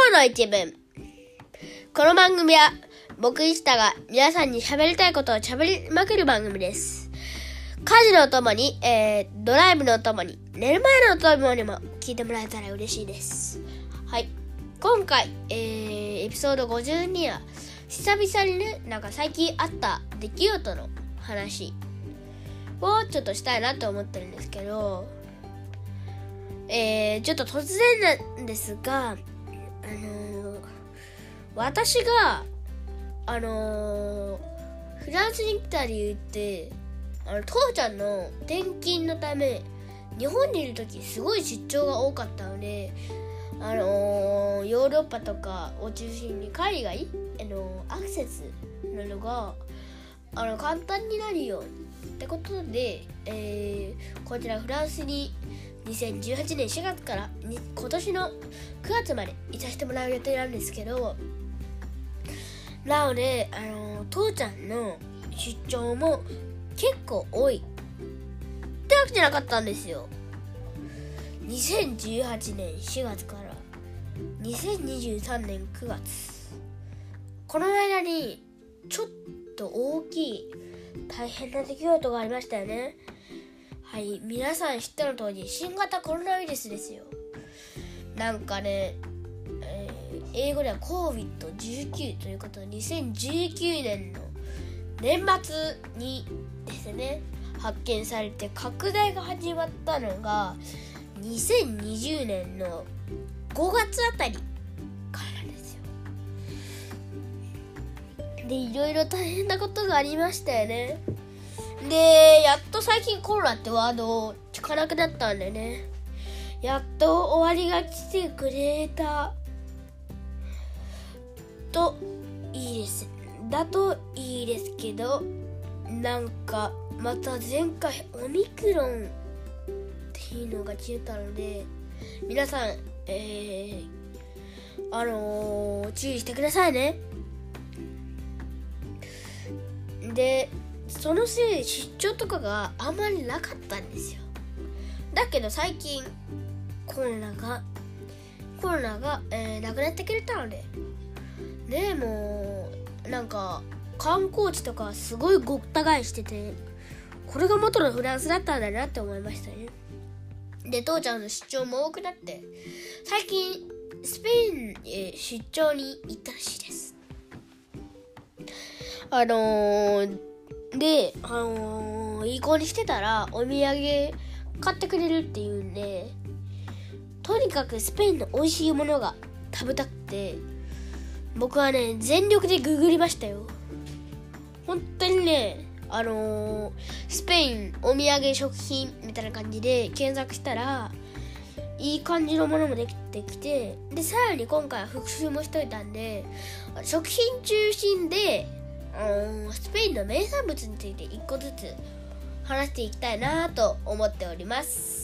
日の一文。この番組は僕石田が皆さんに喋りたいことを喋りまくる番組です。家事のお供に、ドライブのお供に、寝る前のお供にも聞いてもらえたら嬉しいです。はい。今回、エピソード52は久々にね、最近あった出来事の話をちょっとしたいなと思ってるんですけど、ちょっと突然なんですが、私がフランスに来た理由って父ちゃんの転勤のため日本にいる時すごい出張が多かったので、ヨーロッパとかを中心に海外アクセスなどが簡単になるようにってことで、こちらフランスに2018年4月から今年の9月までいさせてもらう予定なんですけど、なので父ちゃんの出張も結構多いってわけじゃなかったんですよ。2018年4月から2023年9月、この間にちょっと大きい大変な出来事がありましたよね。はい、皆さん知っての通り新型コロナウイルスですよ。英語では COVID-19 ということで2019年の年末にですね発見されて拡大が始まったのが2020年の5月あたりからなんですよ。で、いろいろ大変なことがありましたよね。で、やっと最近コロナってワードを聞かなくなったんでね、やっと終わりが来てくれたといいです。だといいですけど、また前回オミクロンっていうのが消えたので、皆さん、注意してくださいね。で、そのせい出張とかがあんまりなかったんですよ。だけど最近コロナが、なくなってくれたのでね、もう観光地とかすごいごった返してて、これが元のフランスだったんだなって思いましたね。で、父ちゃんの出張も多くなって最近スペインへ出張に行ったらしいです。で、いい子にしてたらお土産買ってくれるっていうんで、とにかくスペインの美味しいものが食べたくて、僕はね全力でググりましたよ。本当にね、スペインお土産食品みたいな感じで検索したらいい感じのものもできてきて、でさらに今回は復習もしといたんで、食品中心でスペインの名産物について一個ずつ話していきたいなと思っております。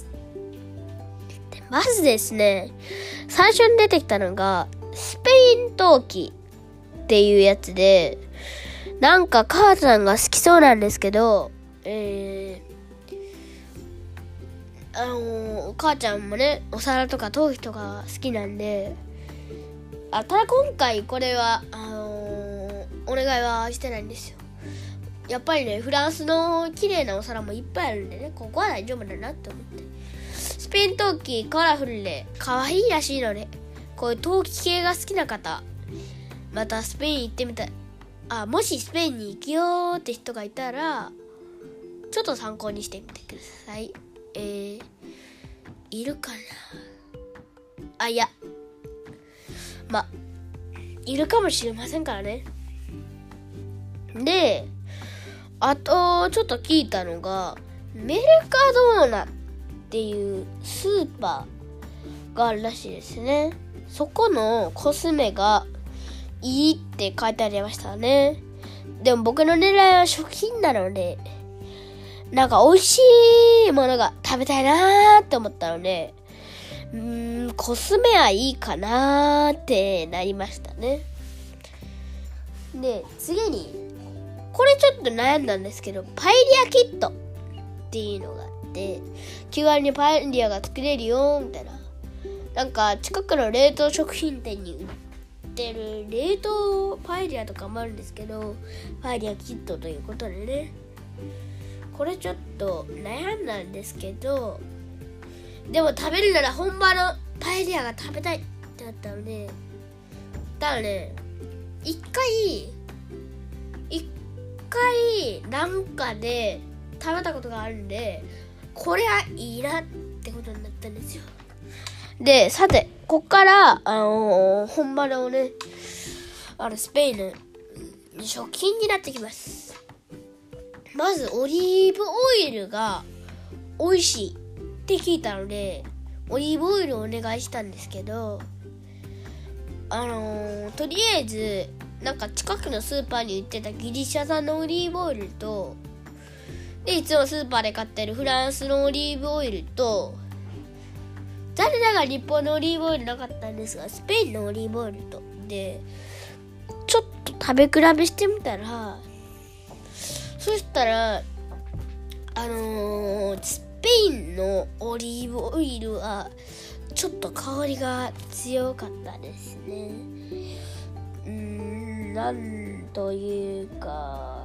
で、まずですね、最初に出てきたのがスペイン陶器っていうやつで、母さんが好きそうなんですけど、母ちゃんもねお皿とか陶器とか好きなんで、ただ今回これはお願いはしてないんですよ。やっぱりねフランスの綺麗なお皿もいっぱいあるんでね、ここは大丈夫だなって思って。スペイン陶器カラフルで可愛いらしいので、こういう陶器系が好きな方、またスペイン行ってみたい、もしスペインに行くよーって人がいたらちょっと参考にしてみてください。いるかな、いやいるかもしれませんからね。で、あとちょっと聞いたのがメルカドーナっていうスーパーがあるらしいですね。そこのコスメがいいって書いてありましたね。でも僕の狙いは食品なので、美味しいものが食べたいなーって思ったので、コスメはいいかなーってなりましたね。で、次にこれちょっと悩んだんですけど、パエリアキットっていうのがあって、気軽にパエリアが作れるよみたいななんか近くの冷凍食品店に売ってる冷凍パエリアとかもあるんですけど、パエリアキットということでね、これちょっと悩んだんですけど、でも食べるなら本場のパエリアが食べたいってなったので、ただね、一回なんかで食べたことがあるんで、これはいいなってことになったんですよ。で、さてこっから本場のね、スペインの食品になってきます。まずオリーブオイルが美味しいって聞いたので、オリーブオイルをお願いしたんですけど、とりあえずなんか近くのスーパーに売ってたギリシャ産のオリーブオイルと、でいつもスーパーで買ってるフランスのオリーブオイルと、残念ながら日本のオリーブオイルなかったんですが、スペインのオリーブオイルとでちょっと食べ比べしてみたら、そしたらスペインのオリーブオイルはちょっと香りが強かったですね。なんというか、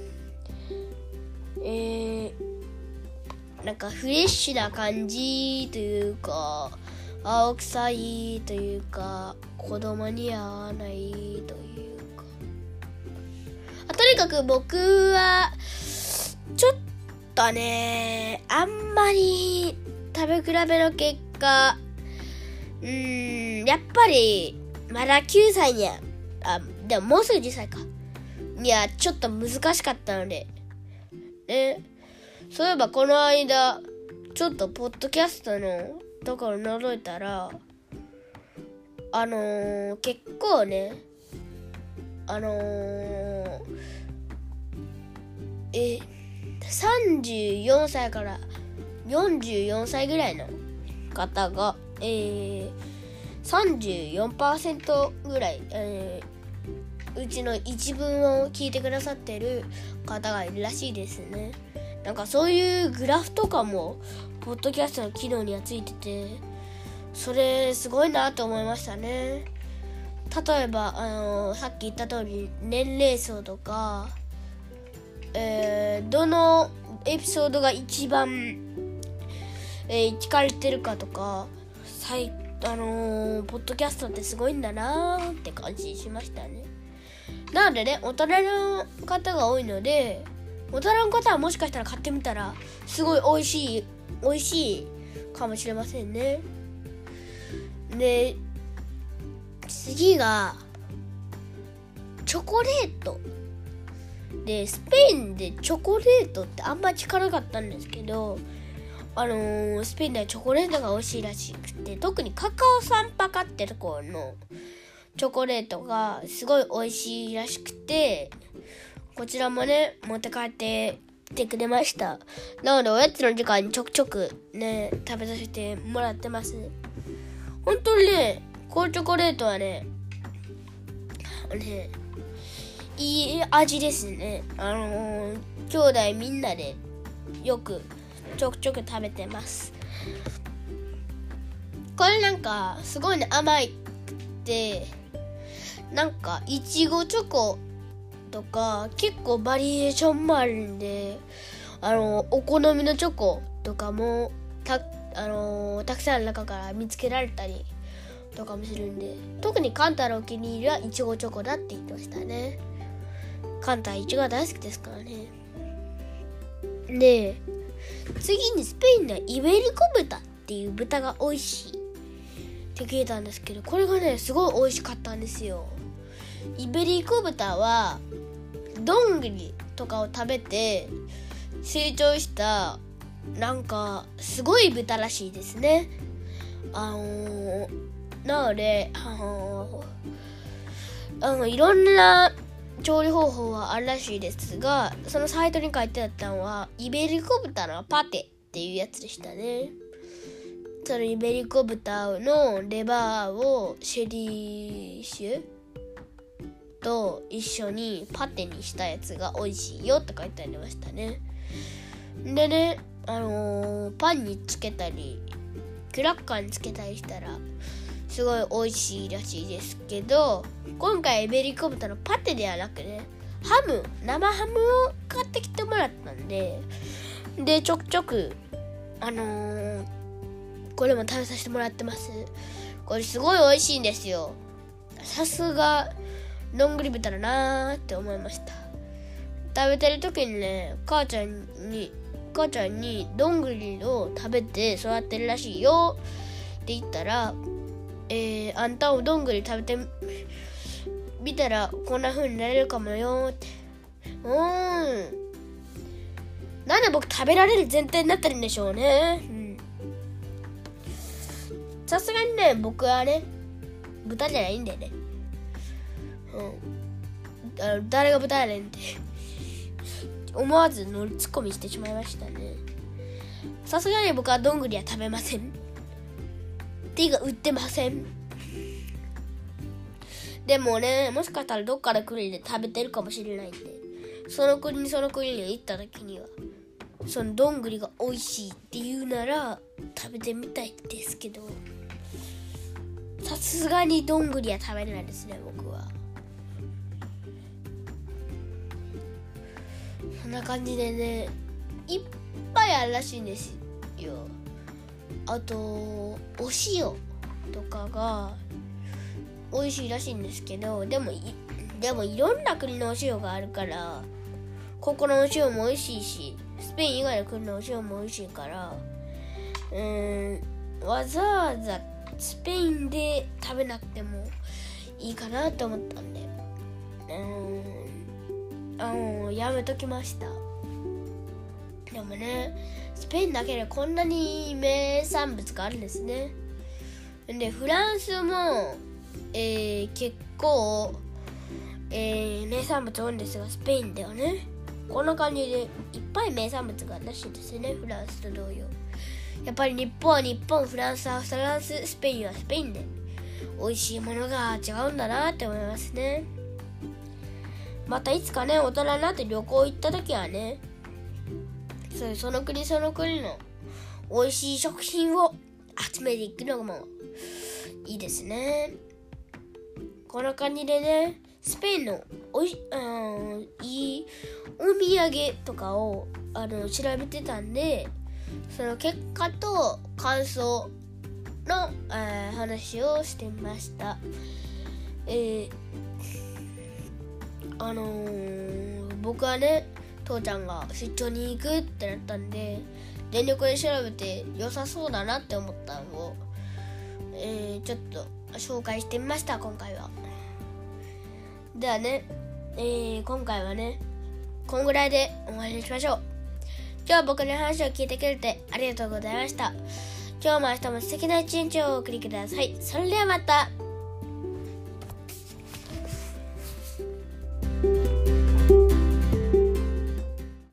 なんかフレッシュな感じというか、青臭いというか、子供に合わないというか、とにかく僕はちょっとね、あんまり食べ比べの結果、やっぱりまだ9歳にはでももうすぐ10歳かにはちょっと難しかったのでね。そういえばこの間ちょっとポッドキャストのところ覗いたら、結構ね、34歳から44歳ぐらいの方が、34% ぐらい、うちの一文を聞いてくださっている方がいるらしいですね。なんかそういうグラフとかもポッドキャストの機能にはついてて、それすごいなと思いましたね。例えばさっき言った通り年齢層とか、どのエピソードが一番、聞かれてるかとか、ポッドキャストってすごいんだなーって感じしましたね。なのでね、大人の方が多いので、大人の方はもしかしたら買ってみたらすごい美味しいかもしれませんね。で、次がチョコレートで、スペインでチョコレートってあんま聞かなかったんですけど、スペインではチョコレートが美味しいらしくて、特にカカオサンパカってところのチョコレートがすごい美味しいらしくて、こちらもね持って帰ってきてくれました。なのでおやつの時間にちょくちょくね食べさせてもらってます。本当にね、このチョコレートはねいい味ですね。兄弟みんなでよくちょくちょく食べてます。これなんかすごいね、甘いってなんかいちごチョコとか結構バリエーションもあるんで、お好みのチョコとかもたくさんの中から見つけられたりとかもするんで、特にカンタのお気に入りはいちごチョコだって言ってましたね。カンタいちごが大好きですからね。で、次にスペインではイベリコ豚っていう豚が美味しいって聞いたんですけど、これがねすごい美味しかったんですよ。イベリコ豚はどんぐりとかを食べて成長したなんかすごい豚らしいですね。なのでいろんな調理方法はあるらしいですが、そのサイトに書いてあったのはイベリコ豚のパテっていうやつでしたね。そのイベリコ豚のレバーをシェリッシュと一緒にパテにしたやつが美味しいよって書いてありましたね。でね、パンにつけたりクラッカーにつけたりしたらすごい美味しいらしいですけど、今回ベリコ豚のパテではなくね、生ハムを買ってきてもらったんで、ちょくちょくこれも食べさせてもらってます。これすごい美味しいんですよ。さすがどんぐり豚だなーって思いました。食べてる時にね、母ちゃんにどんぐりを食べて育ってるらしいよって言ったら、あんたもどんぐり食べてみたらこんな風になれるかもよって。なんで僕食べられる前提になってるんでしょうね。さすがにね、僕はね豚じゃないんでね、誰が豚やねんって思わずノリツッコミしてしまいましたね。さすがに僕はどんぐりは食べません。っていうか売ってません。でもね、もしかしたらどっかの国で食べてるかもしれないんで、その国に行った時にはそのどんぐりが美味しいって言うなら食べてみたいですけど、さすがにどんぐりは食べれないですね、僕は。そんな感じでね、いっぱいあるらしいんですよ。あとお塩とかが美味しいらしいんですけど、でもいろんな国のお塩があるから、ここのお塩も美味しいし、スペイン以外の国のお塩も美味しいから、わざわざスペインで食べなくてもいいかなと思ったんで、やめときました。でもね、スペインだけでこんなに名産物があるんですね。でフランスも、結構、名産物多いんですが、スペインではねこんな感じでいっぱい名産物があるらしいですね。フランスと同様、やっぱり日本は日本、フランスはフランス、スペインはスペインで美味しいものが違うんだなって思いますね。またいつかね、大人になって旅行行った時はね、その国の美味しい食品を集めていくのもいいですね。こんな感じでね、スペインのいいお土産とかを調べてたんで、その結果と感想の、話をしてみました。僕はね、父ちゃんが出張に行くってなったんで、全力で調べて良さそうだなって思ったのを、ちょっと紹介してみました、今回は。ではね、今回はねこんぐらいで終わりにしましょう。今日は僕の話を聞いてくれてありがとうございました。今日も明日も素敵な一日をお送りください。それではまた。